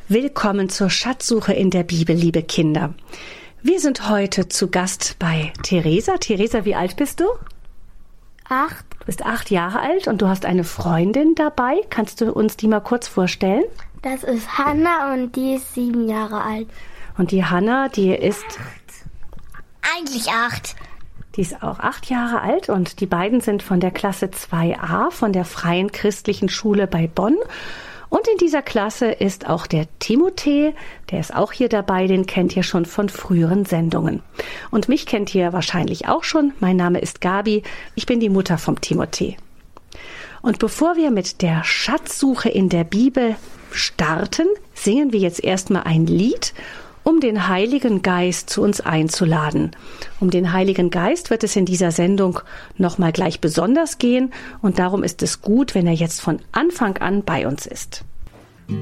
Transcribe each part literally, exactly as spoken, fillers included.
Willkommen zur Schatzsuche in der Bibel, liebe Kinder. Wir sind heute zu Gast bei Theresa. Theresa, wie alt bist du? Acht. Du bist acht Jahre alt und du hast eine Freundin dabei. Kannst du uns die mal kurz vorstellen? Das ist Hanna und die ist sieben Jahre alt. Und die Hanna, die ist... Eigentlich acht. Die ist auch acht Jahre alt und die beiden sind von der Klasse zwei a von der Freien Christlichen Schule bei Bonn. Und in dieser Klasse ist auch der Timothée, der ist auch hier dabei, den kennt ihr schon von früheren Sendungen. Und mich kennt ihr wahrscheinlich auch schon. Mein Name ist Gabi, ich bin die Mutter vom Timothée. Und bevor wir mit der Schatzsuche in der Bibel starten, singen wir jetzt erstmal ein Lied, um den Heiligen Geist zu uns einzuladen. Um den Heiligen Geist wird es in dieser Sendung nochmal gleich besonders gehen und darum ist es gut, wenn er jetzt von Anfang an bei uns ist. Herr,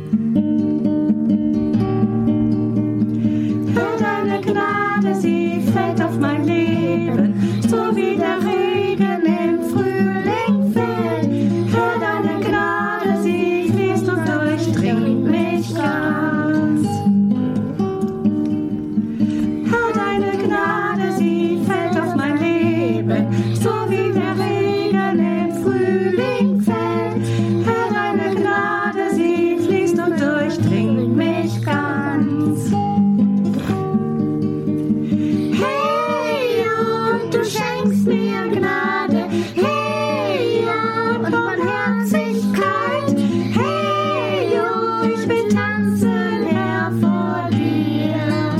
deine Gnade, sie fällt auf mein Leben, so wie der Regen im Frühling fällt. Herr, deine Gnade, sie fließt und durchdringt mich ganz. So wie der Regen im Frühling fällt. Herr, deine Gnade, sie fließt und durchdringt mich ganz. Hey, und du schenkst mir Gnade. Hey, und Barmherzigkeit. Hey, oh, ich will tanzen, Herr, vor dir.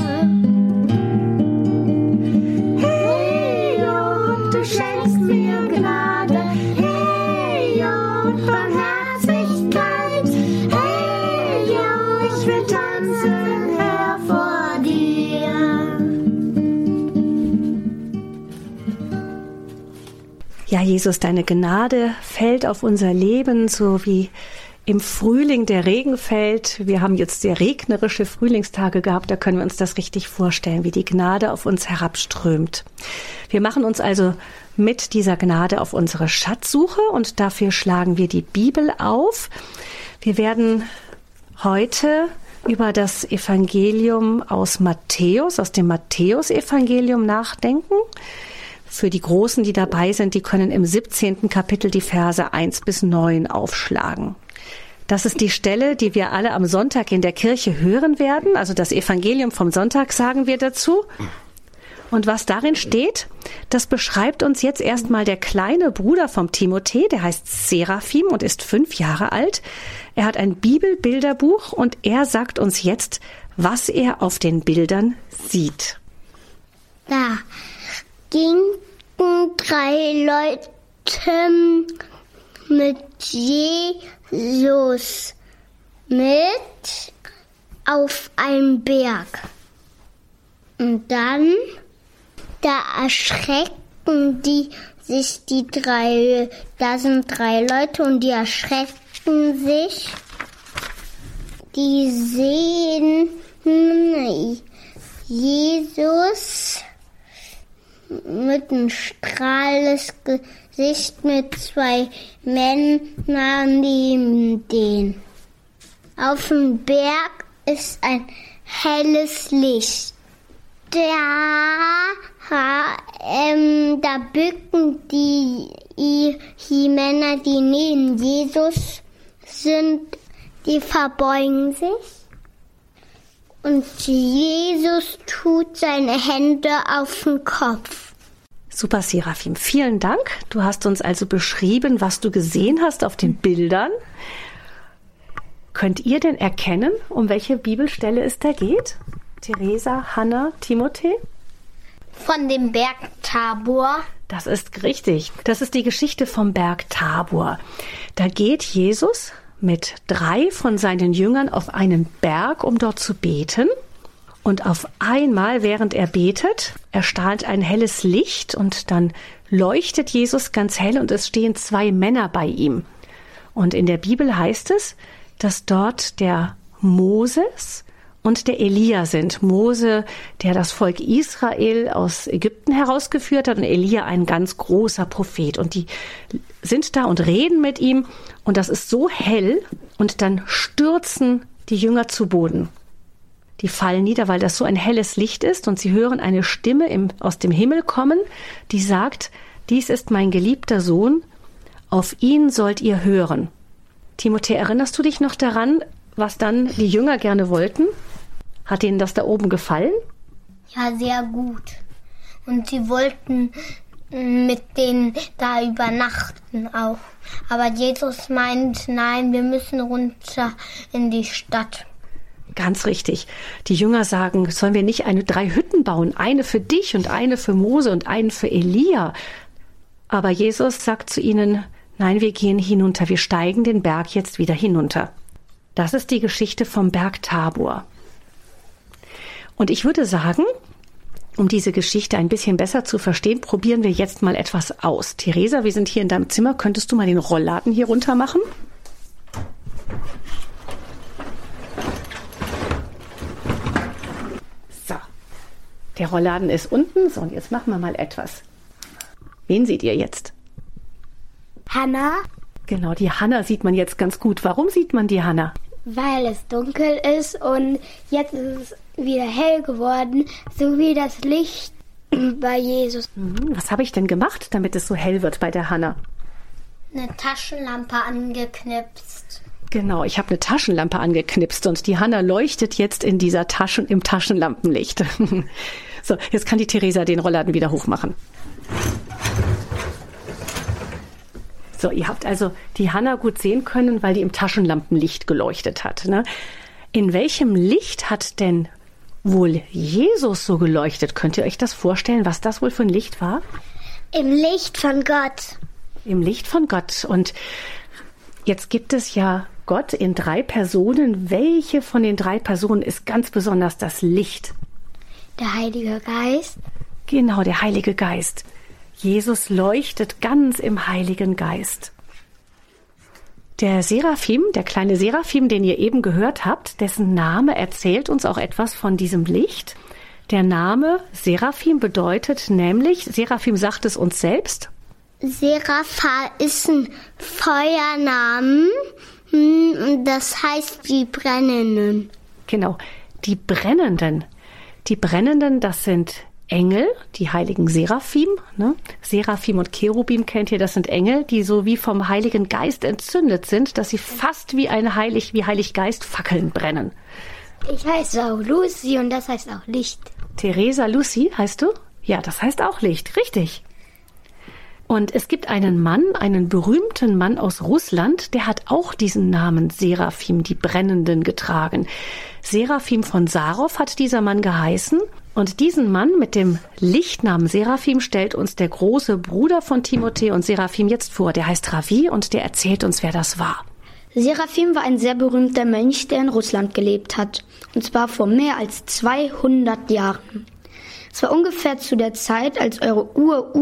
Du schenkst mir Gnade, hey, und Barmherzigkeit, hey, oh, ich will tanzen, Herr, vor dir. Ja, Jesus, deine Gnade fällt auf unser Leben, so wie im Frühling der Regen fällt. Wir haben jetzt sehr regnerische Frühlingstage gehabt, da können wir uns das richtig vorstellen, wie die Gnade auf uns herabströmt. Wir machen uns also mit dieser Gnade auf unsere Schatzsuche und dafür schlagen wir die Bibel auf. Wir werden heute über das Evangelium aus Matthäus, aus dem Matthäus-Evangelium nachdenken. Für die Großen, die dabei sind, die können im siebzehnten Kapitel die Verse eins bis neun aufschlagen. Das ist die Stelle, die wir alle am Sonntag in der Kirche hören werden. Also das Evangelium vom Sonntag sagen wir dazu. Und was darin steht, das beschreibt uns jetzt erstmal der kleine Bruder vom Timothée, der heißt Seraphim und ist fünf Jahre alt. Er hat ein Bibelbilderbuch und er sagt uns jetzt, was er auf den Bildern sieht. Da gingen drei Leute mit Jesus mit auf einen Berg. Und dann, da erschrecken die sich die drei, da sind drei Leute und die erschrecken sich. Die sehen Jesus mit einem strahlendes Gesicht mit zwei Männern neben denen. Auf dem Berg ist ein helles Licht. Da, ähm, da bücken die, die, die Männer, die neben Jesus sind, die verbeugen sich. Und Jesus tut seine Hände auf den Kopf. Super, Seraphim. Vielen Dank. Du hast uns also beschrieben, was du gesehen hast auf den Bildern. Könnt ihr denn erkennen, um welche Bibelstelle es da geht? Theresa, Hanna, Timothée? Von dem Berg Tabor. Das ist richtig. Das ist die Geschichte vom Berg Tabor. Da geht Jesus mit drei von seinen Jüngern auf einen Berg, um dort zu beten. Und auf einmal, während er betet, erstrahlt ein helles Licht und dann leuchtet Jesus ganz hell und es stehen zwei Männer bei ihm. Und in der Bibel heißt es, dass dort der Moses und der Elia sind. Mose, der das Volk Israel aus Ägypten herausgeführt hat, und Elia ein ganz großer Prophet. Und die sind da und reden mit ihm und das ist so hell und dann stürzen die Jünger zu Boden. Die fallen nieder, weil das so ein helles Licht ist und sie hören eine Stimme im, aus dem Himmel kommen, die sagt, dies ist mein geliebter Sohn, auf ihn sollt ihr hören. Timothée, erinnerst du dich noch daran, was dann die Jünger gerne wollten? Hat ihnen das da oben gefallen? Ja, sehr gut. Und sie wollten mit denen da übernachten auch. Aber Jesus meint, nein, wir müssen runter in die Stadt. Ganz richtig. Die Jünger sagen, sollen wir nicht eine drei Hütten bauen? Eine für dich und eine für Mose und eine für Elia. Aber Jesus sagt zu ihnen, nein, wir gehen hinunter, wir steigen den Berg jetzt wieder hinunter. Das ist die Geschichte vom Berg Tabor. Und ich würde sagen, um diese Geschichte ein bisschen besser zu verstehen, probieren wir jetzt mal etwas aus. Theresa, wir sind hier in deinem Zimmer. Könntest du mal den Rollladen hier runter machen? So, der Rollladen ist unten. So, und jetzt machen wir mal etwas. Wen seht ihr jetzt? Hannah? Genau, die Hannah sieht man jetzt ganz gut. Warum sieht man die Hannah? Weil es dunkel ist und jetzt ist es wieder hell geworden, so wie das Licht bei Jesus. Was habe ich denn gemacht, damit es so hell wird bei der Hannah? Eine Taschenlampe angeknipst. Genau, ich habe eine Taschenlampe angeknipst und die Hannah leuchtet jetzt in dieser Taschen, im Taschenlampenlicht. So, jetzt kann die Theresa den Rollladen wieder hochmachen. So, ihr habt also die Hannah gut sehen können, weil die im Taschenlampenlicht geleuchtet hat. Ne? In welchem Licht hat denn wohl Jesus so geleuchtet? Könnt ihr euch das vorstellen, was das wohl für ein Licht war? Im Licht von Gott. Im Licht von Gott. Und jetzt gibt es ja Gott in drei Personen. Welche von den drei Personen ist ganz besonders das Licht? Der Heilige Geist. Genau, der Heilige Geist. Jesus leuchtet ganz im Heiligen Geist. Der Seraphim, der kleine Seraphim, den ihr eben gehört habt, dessen Name erzählt uns auch etwas von diesem Licht. Der Name Seraphim bedeutet nämlich, Seraphim sagt es uns selbst. Serapha ist ein Feuernamen, das heißt die Brennenden. Genau, die Brennenden. Die Brennenden, das sind Engel, die heiligen Seraphim, ne? Seraphim und Cherubim kennt ihr, das sind Engel, die so wie vom Heiligen Geist entzündet sind, dass sie fast wie eine Heilig, wie Heiliggeist Fackeln brennen. Ich heiße auch Lucy und das heißt auch Licht. Theresa Lucy heißt du? Ja, das heißt auch Licht, richtig. Und es gibt einen Mann, einen berühmten Mann aus Russland, der hat auch diesen Namen Seraphim, die Brennenden, getragen. Seraphim von Sarow hat dieser Mann geheißen. Und diesen Mann mit dem Lichtnamen Seraphim stellt uns der große Bruder von Timothée und Seraphim jetzt vor. Der heißt Ravi und der erzählt uns, wer das war. Seraphim war ein sehr berühmter Mönch, der in Russland gelebt hat. Und zwar vor mehr als zweihundert Jahren. Es war ungefähr zu der Zeit, als eure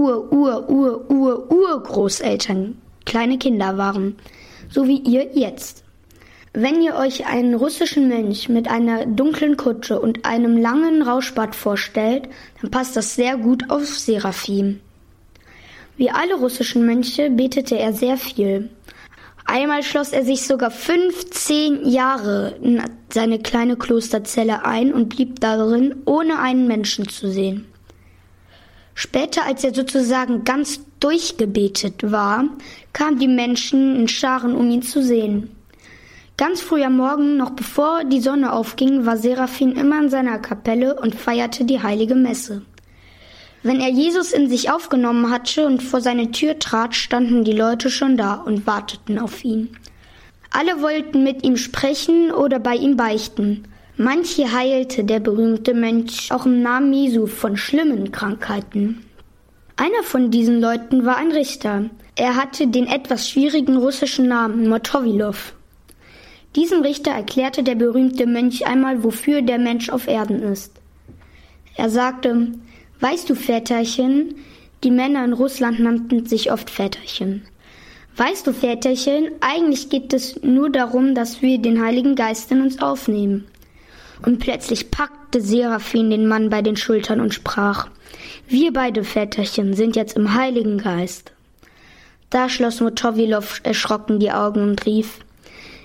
Ur-Ur-Ur-Ur-Ur-Ur-Großeltern kleine Kinder waren. So wie ihr jetzt. Wenn ihr euch einen russischen Mönch mit einer dunklen Kutsche und einem langen Rauschbart vorstellt, dann passt das sehr gut auf Seraphim. Wie alle russischen Mönche betete er sehr viel. Einmal schloss er sich sogar fünfzehn Jahre in seine kleine Klosterzelle ein und blieb darin, ohne einen Menschen zu sehen. Später, als er sozusagen ganz durchgebetet war, kamen die Menschen in Scharen, um ihn zu sehen. Ganz früh am Morgen, noch bevor die Sonne aufging, war Seraphim immer in seiner Kapelle und feierte die heilige Messe. Wenn er Jesus in sich aufgenommen hatte und vor seine Tür trat, standen die Leute schon da und warteten auf ihn. Alle wollten mit ihm sprechen oder bei ihm beichten. Manche heilte der berühmte Mönch auch im Namen Jesu von schlimmen Krankheiten. Einer von diesen Leuten war ein Richter. Er hatte den etwas schwierigen russischen Namen Motovilov. Diesem Richter erklärte der berühmte Mönch einmal, wofür der Mensch auf Erden ist. Er sagte: Weißt du, Väterchen, die Männer in Russland nannten sich oft Väterchen. Weißt du, Väterchen, eigentlich geht es nur darum, dass wir den Heiligen Geist in uns aufnehmen. Und plötzlich packte Seraphim den Mann bei den Schultern und sprach: Wir beide, Väterchen, sind jetzt im Heiligen Geist. Da schloss Motovilov erschrocken die Augen und rief: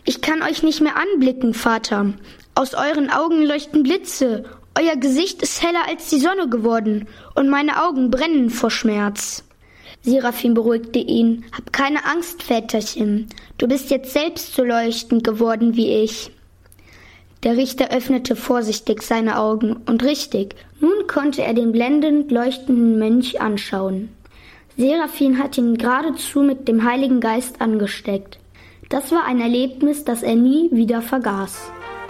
Ich kann euch nicht mehr anblicken, Vater. Aus euren Augen leuchten Blitze. Euer Gesicht ist heller als die Sonne geworden und meine Augen brennen vor Schmerz. Seraphim beruhigte ihn. Hab keine Angst, Väterchen. Du bist jetzt selbst so leuchtend geworden wie ich. Der Richter öffnete vorsichtig seine Augen und richtig, nun konnte er den blendend leuchtenden Mönch anschauen. Seraphim hat ihn geradezu mit dem Heiligen Geist angesteckt. Das war ein Erlebnis, das er nie wieder vergaß.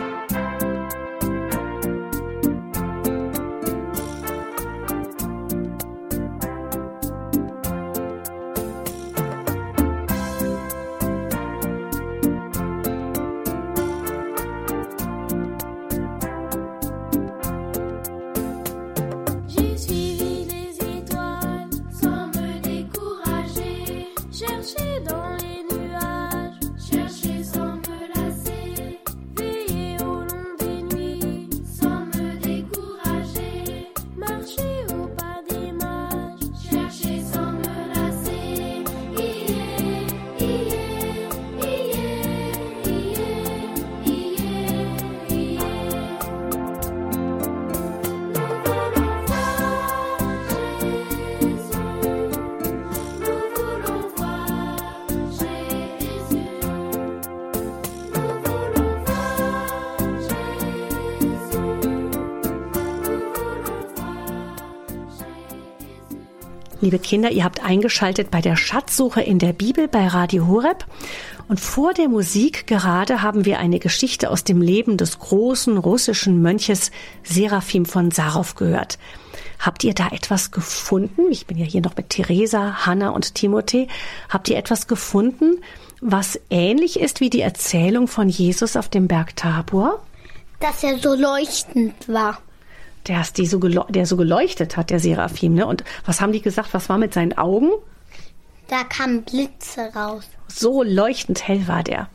Liebe Kinder, ihr habt eingeschaltet bei der Schatzsuche in der Bibel bei Radio Horeb. Und vor der Musik gerade haben wir eine Geschichte aus dem Leben des großen russischen Mönches Seraphim von Sarow gehört. Habt ihr da etwas gefunden? Ich bin ja hier noch mit Theresa, Hanna und Timothée. Habt ihr etwas gefunden, was ähnlich ist wie die Erzählung von Jesus auf dem Berg Tabor? Dass er so leuchtend war. Der, ist die so gelo- der so geleuchtet hat, der Seraphim, ne? Und was haben die gesagt, was war mit seinen Augen? Da kamen Blitze raus. So leuchtend hell war der.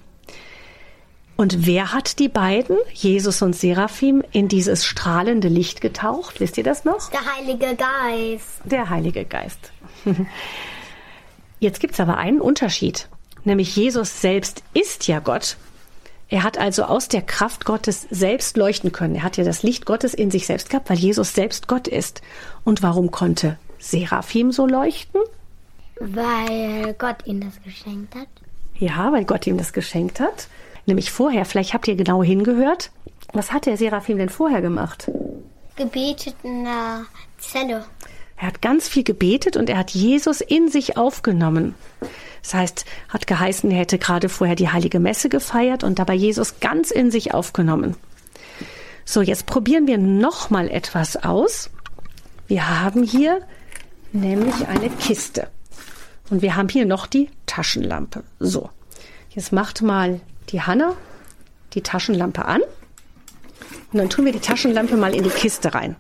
Und wer hat die beiden, Jesus und Seraphim, in dieses strahlende Licht getaucht? Wisst ihr das noch? Der Heilige Geist. Der Heilige Geist. Jetzt gibt's aber einen Unterschied. Nämlich Jesus selbst ist ja Gott. Er hat also aus der Kraft Gottes selbst leuchten können. Er hat ja das Licht Gottes in sich selbst gehabt, weil Jesus selbst Gott ist. Und warum konnte Seraphim so leuchten? Weil Gott ihm das geschenkt hat. Ja, weil Gott ihm das geschenkt hat. Nämlich vorher, vielleicht habt ihr genau hingehört, was hat der Seraphim denn vorher gemacht? Gebetet in der Zelle. Er hat ganz viel gebetet und er hat Jesus in sich aufgenommen. Das heißt, hat geheißen, er hätte gerade vorher die Heilige Messe gefeiert und dabei Jesus ganz in sich aufgenommen. So, jetzt probieren wir noch mal etwas aus. Wir haben hier nämlich eine Kiste. Und wir haben hier noch die Taschenlampe. So, jetzt macht mal die Hanna die Taschenlampe an. Und dann tun wir die Taschenlampe mal in die Kiste rein.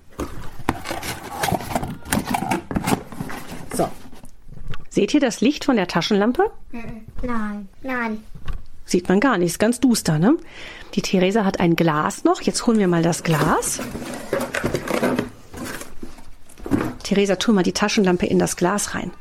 So. Seht ihr das Licht von der Taschenlampe? Nein, nein. Sieht man gar nicht, ist ganz duster, ne? Die Theresa hat ein Glas noch. Jetzt holen wir mal das Glas. Theresa, tu mal die Taschenlampe in das Glas rein.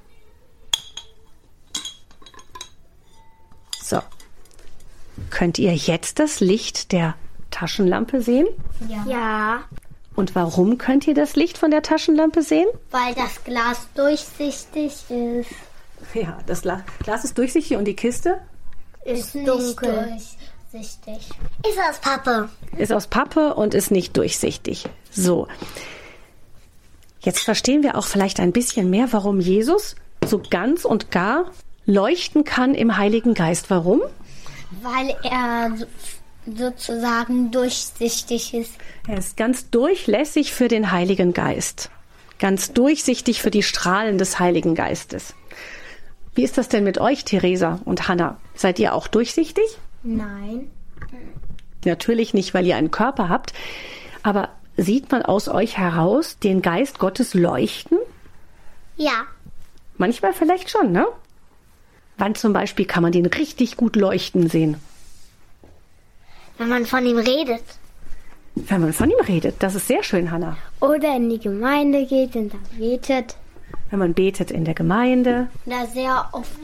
So. Könnt ihr jetzt das Licht der Taschenlampe sehen? Ja. ja. Und warum könnt ihr das Licht von der Taschenlampe sehen? Weil das Glas durchsichtig ist. Ja, das Glas ist durchsichtig und die Kiste? Ist, ist dunkel. Durchsichtig. Ist aus Pappe. Ist aus Pappe und ist nicht durchsichtig. So. Jetzt verstehen wir auch vielleicht ein bisschen mehr, warum Jesus so ganz und gar leuchten kann im Heiligen Geist. Warum? Weil er sozusagen durchsichtig ist. Er ist ganz durchlässig für den Heiligen Geist. Ganz durchsichtig für die Strahlen des Heiligen Geistes. Wie ist das denn mit euch, Theresa und Hanna? Seid ihr auch durchsichtig? Nein. Natürlich nicht, weil ihr einen Körper habt. Aber sieht man aus euch heraus den Geist Gottes leuchten? Ja. Manchmal vielleicht schon, ne? Wann zum Beispiel kann man den richtig gut leuchten sehen? Wenn man von ihm redet. Wenn man von ihm redet, das ist sehr schön, Hanna. Oder in die Gemeinde geht und da betet. Wenn man betet in der Gemeinde. Da sehr oft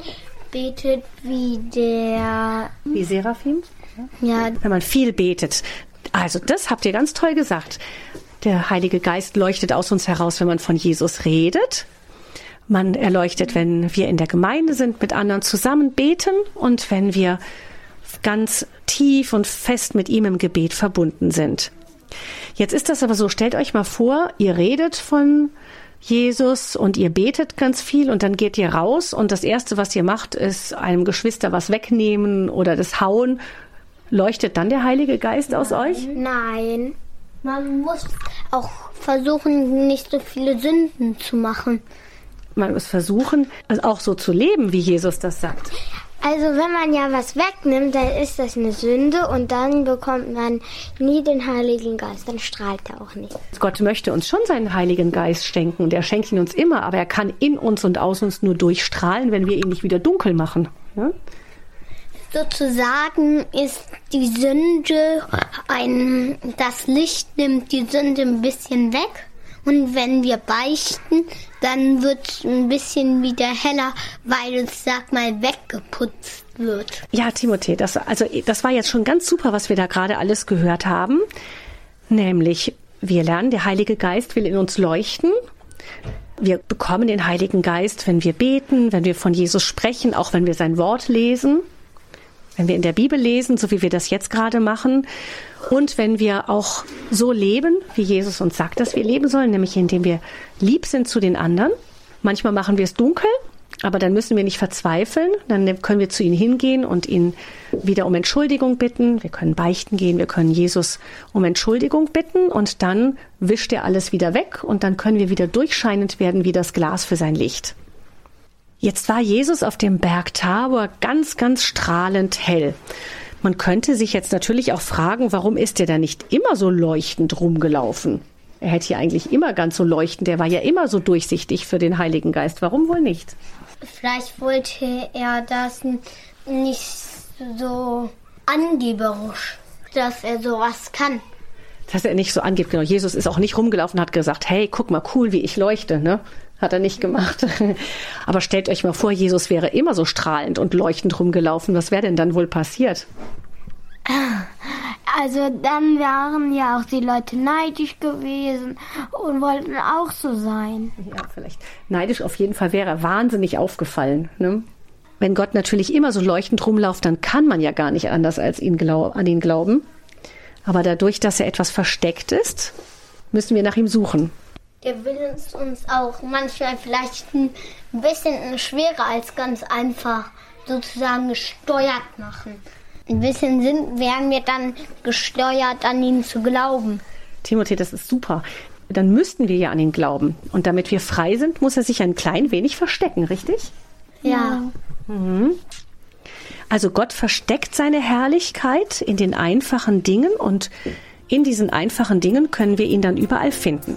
betet wie der... Wie Seraphim? Ja. Wenn man viel betet. Also das habt ihr ganz toll gesagt. Der Heilige Geist leuchtet aus uns heraus, wenn man von Jesus redet. Man erleuchtet, wenn wir in der Gemeinde sind, mit anderen zusammen beten und wenn wir ganz tief und fest mit ihm im Gebet verbunden sind. Jetzt ist das aber so, stellt euch mal vor, ihr redet von Jesus und ihr betet ganz viel und dann geht ihr raus und das Erste, was ihr macht, ist einem Geschwister was wegnehmen oder das Hauen. Leuchtet dann der Heilige Geist aus euch? Nein. Man muss auch versuchen, nicht so viele Sünden zu machen. Man muss versuchen, auch so zu leben, wie Jesus das sagt. Also wenn man ja was wegnimmt, dann ist das eine Sünde und dann bekommt man nie den Heiligen Geist, dann strahlt er auch nicht. Gott möchte uns schon seinen Heiligen Geist schenken und er schenkt ihn uns immer, aber er kann in uns und aus uns nur durchstrahlen, wenn wir ihn nicht wieder dunkel machen. Ja? Sozusagen ist die Sünde ein, das Licht nimmt die Sünde ein bisschen weg. Und wenn wir beichten, dann wird es ein bisschen wieder heller, weil es, sag mal, weggeputzt wird. Ja, Timothée, das, also, das war jetzt schon ganz super, was wir da gerade alles gehört haben. Nämlich, wir lernen, der Heilige Geist will in uns leuchten. Wir bekommen den Heiligen Geist, wenn wir beten, wenn wir von Jesus sprechen, auch wenn wir sein Wort lesen. Wenn wir in der Bibel lesen, so wie wir das jetzt gerade machen. Und wenn wir auch so leben, wie Jesus uns sagt, dass wir leben sollen, nämlich indem wir lieb sind zu den anderen. Manchmal machen wir es dunkel, aber dann müssen wir nicht verzweifeln. Dann können wir zu ihm hingehen und ihn wieder um Entschuldigung bitten. Wir können beichten gehen, wir können Jesus um Entschuldigung bitten und dann wischt er alles wieder weg und dann können wir wieder durchscheinend werden wie das Glas für sein Licht. Jetzt war Jesus auf dem Berg Tabor ganz, ganz strahlend hell. Man könnte sich jetzt natürlich auch fragen, warum ist er da nicht immer so leuchtend rumgelaufen? Er hätte ja eigentlich immer ganz so leuchtend, der war ja immer so durchsichtig für den Heiligen Geist. Warum wohl nicht? Vielleicht wollte er das nicht so angeberisch, dass er sowas kann. Dass er nicht so angibt, genau. Jesus ist auch nicht rumgelaufen und hat gesagt, hey, guck mal, cool, wie ich leuchte, ne? Hat er nicht gemacht. Aber stellt euch mal vor, Jesus wäre immer so strahlend und leuchtend rumgelaufen. Was wäre denn dann wohl passiert? Also dann wären ja auch die Leute neidisch gewesen und wollten auch so sein. Ja, vielleicht neidisch auf jeden Fall wäre er wahnsinnig aufgefallen. Ne? Wenn Gott natürlich immer so leuchtend rumläuft, dann kann man ja gar nicht anders als ihn glaub, an ihn glauben. Aber dadurch, dass er etwas versteckt ist, müssen wir nach ihm suchen. Der will uns, uns auch manchmal vielleicht ein bisschen schwerer als ganz einfach sozusagen gesteuert machen. Ein bisschen sind, werden wir dann gesteuert, an ihn zu glauben. Timothée, das ist super. Dann müssten wir ja an ihn glauben. Und damit wir frei sind, muss er sich ein klein wenig verstecken, richtig? Ja. Mhm. Also Gott versteckt seine Herrlichkeit in den einfachen Dingen und in diesen einfachen Dingen können wir ihn dann überall finden.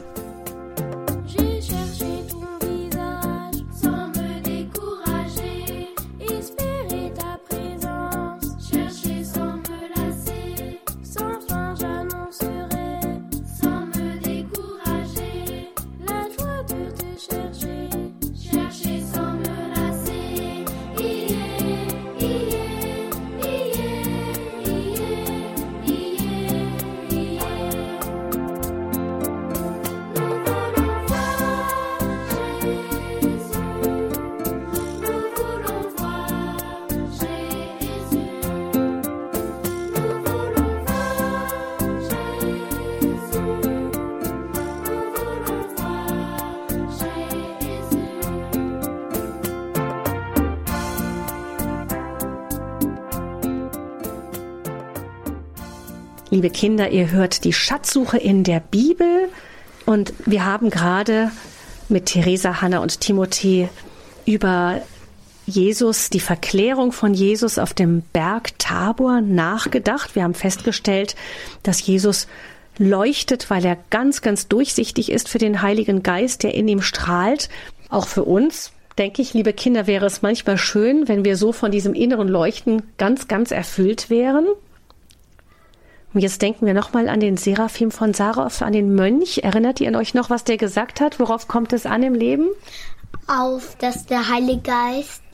Liebe Kinder, ihr hört die Schatzsuche in der Bibel und wir haben gerade mit Theresa, Hanna und Timothée über Jesus, die Verklärung von Jesus auf dem Berg Tabor nachgedacht. Wir haben festgestellt, dass Jesus leuchtet, weil er ganz, ganz durchsichtig ist für den Heiligen Geist, der in ihm strahlt. Auch für uns, denke ich, liebe Kinder, wäre es manchmal schön, wenn wir so von diesem inneren Leuchten ganz, ganz erfüllt wären. Und jetzt denken wir nochmal an den Seraphim von Sarow, an den Mönch. Erinnert ihr euch noch, was der gesagt hat? Worauf kommt es an im Leben? Auf, dass der Heilige Geist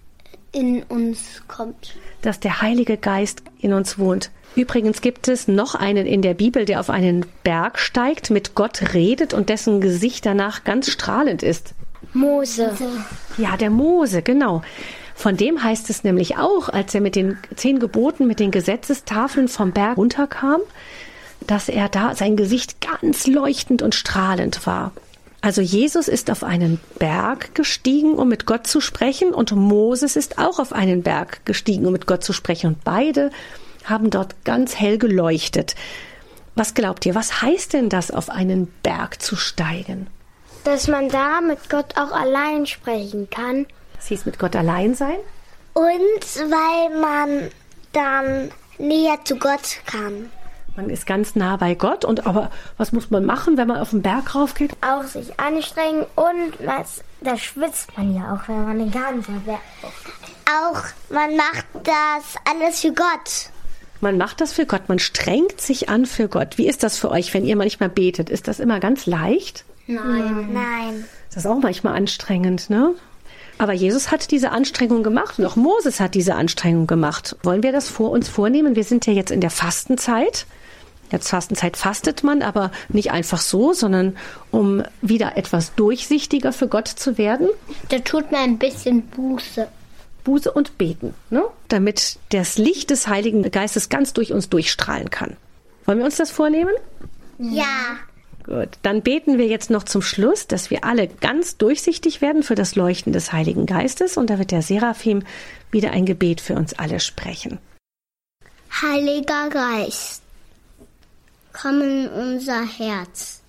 in uns kommt. Dass der Heilige Geist in uns wohnt. Übrigens gibt es noch einen in der Bibel, der auf einen Berg steigt, mit Gott redet und dessen Gesicht danach ganz strahlend ist. Mose. Ja, der Mose, genau. Von dem heißt es nämlich auch, als er mit den zehn Geboten, mit den Gesetzestafeln vom Berg runterkam, dass er da sein Gesicht ganz leuchtend und strahlend war. Also Jesus ist auf einen Berg gestiegen, um mit Gott zu sprechen, und Moses ist auch auf einen Berg gestiegen, um mit Gott zu sprechen. Und beide haben dort ganz hell geleuchtet. Was glaubt ihr, was heißt denn das, auf einen Berg zu steigen? Dass man da mit Gott auch allein sprechen kann. Das hieß mit Gott allein sein? Und weil man dann näher zu Gott kann. Man ist ganz nah bei Gott. Und aber was muss man machen, wenn man auf den Berg raufgeht? Auch sich anstrengen und was, da schwitzt man ja auch, wenn man den ganzen Berg Auch man macht das alles für Gott. Man macht das für Gott, man strengt sich an für Gott. Wie ist das für euch, wenn ihr manchmal betet? Ist das immer ganz leicht? Nein. Nein. Das ist auch manchmal anstrengend, ne? Aber Jesus hat diese Anstrengung gemacht und auch Moses hat diese Anstrengung gemacht. Wollen wir das vor uns vornehmen? Wir sind ja jetzt in der Fastenzeit. Jetzt Fastenzeit fastet man, aber nicht einfach so, sondern um wieder etwas durchsichtiger für Gott zu werden. Da tut man ein bisschen Buße. Buße und beten, ne? Damit das Licht des Heiligen Geistes ganz durch uns durchstrahlen kann. Wollen wir uns das vornehmen? Ja. Gut, dann beten wir jetzt noch zum Schluss, dass wir alle ganz durchsichtig werden für das Leuchten des Heiligen Geistes. Und da wird der Seraphim wieder ein Gebet für uns alle sprechen. Heiliger Geist, komm in unser Herz.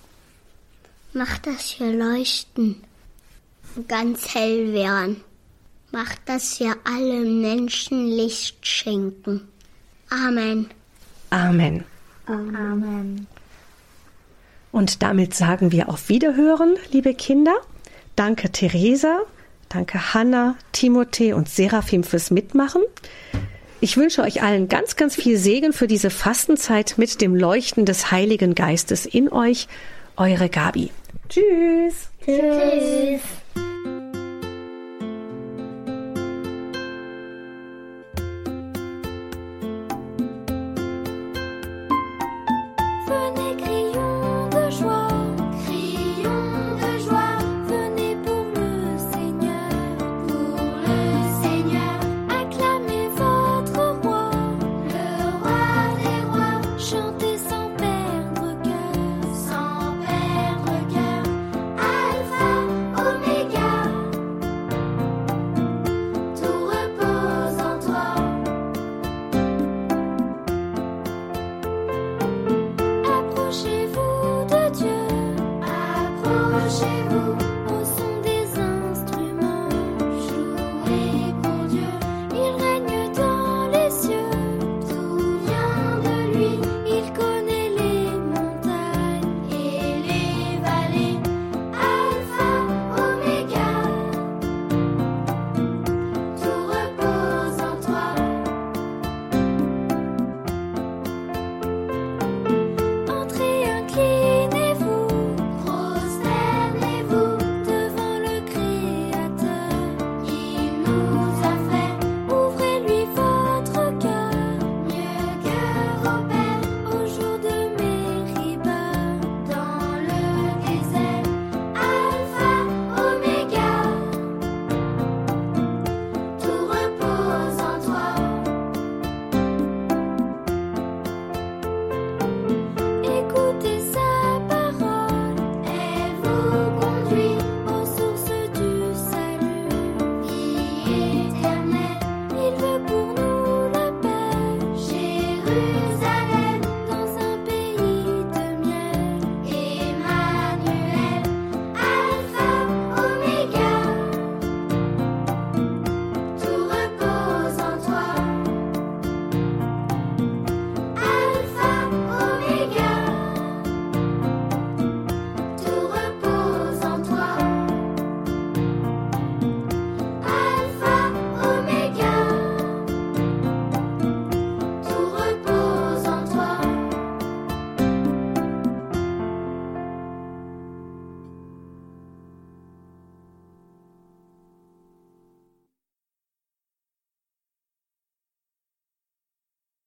Mach, dass wir leuchten und ganz hell werden. Mach, dass wir alle Menschen Licht schenken. Amen. Amen. Amen. Und damit sagen wir auf Wiederhören, liebe Kinder. Danke Theresa, danke Hanna, Timothée und Seraphim fürs Mitmachen. Ich wünsche euch allen ganz, ganz viel Segen für diese Fastenzeit mit dem Leuchten des Heiligen Geistes in euch. Eure Gabi. Tschüss. Tschüss. Für